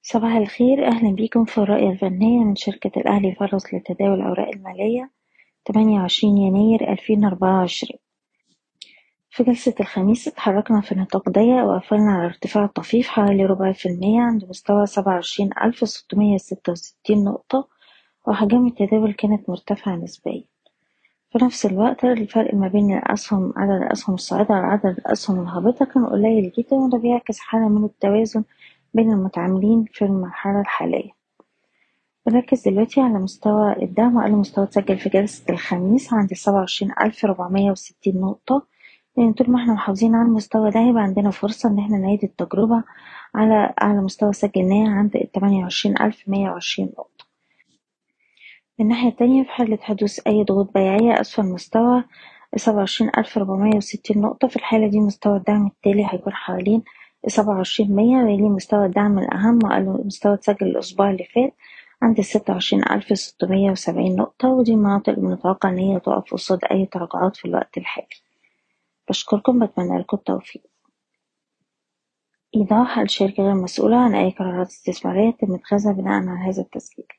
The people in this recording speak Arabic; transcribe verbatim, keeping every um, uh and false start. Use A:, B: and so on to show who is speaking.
A: صباح الخير، أهلا بيكم في الرؤية الفنية من شركة الأهلي فرص لتداول الأوراق المالية تمانية وعشرين يناير ألفين وأربعة وعشرين. في جلسة الخميس اتحركنا في نطاق ضيق وقفلنا على ارتفاع طفيف حوالي ربع في المية عند مستوى سبعة وعشرين ألف ستمية ستة وستين نقطة، وأحجام التداول كانت مرتفعة نسبيا. في نفس الوقت الفرق ما بين الأسهم عدد الأسهم الصاعدة وعدد الأسهم الهابطة كان قليل جدا، وده بيعكس حالة من التوازن بين المتعاملين في المرحلة الحالية. بنركز دلوقتي على مستوى الدعم، وأقل مستوى اتسجل في جلسة الخميس عند سبعة وعشرين ألف ربعمية وستين نقطة. يعني طول ما احنا محافظين على المستوى ده هيبقى عندنا فرصة إن احنا نعيد التجربة على أعلى مستوى سجلناه عند تمانية وعشرين ألف مية وعشرين نقطة. من الناحية التانية، في حالة حدوث أي ضغوط بيعية أسفل مستوى سبعة وعشرين ألف ربعمية وستين نقطة، في الحالة دي مستوى الدعم التالي هيكون حوالين سبعة وعشرين مية، ويلي مستوى الدعم الأهم وأقل مستوى اتسجل الأسبوع اللي فات عند ستة وعشرين ألف ستمية وسبعين نقطة، ودي المناطق اللي متوقع إن هي تقف قصاد أي تراجعات في الوقت الحالي. بشكركم، بتمنى لكم التوفيق. إيضاح: الشركة غير مسؤولة عن أي قرارات استثمارية تم اتخاذها بناء على هذا التسجيل.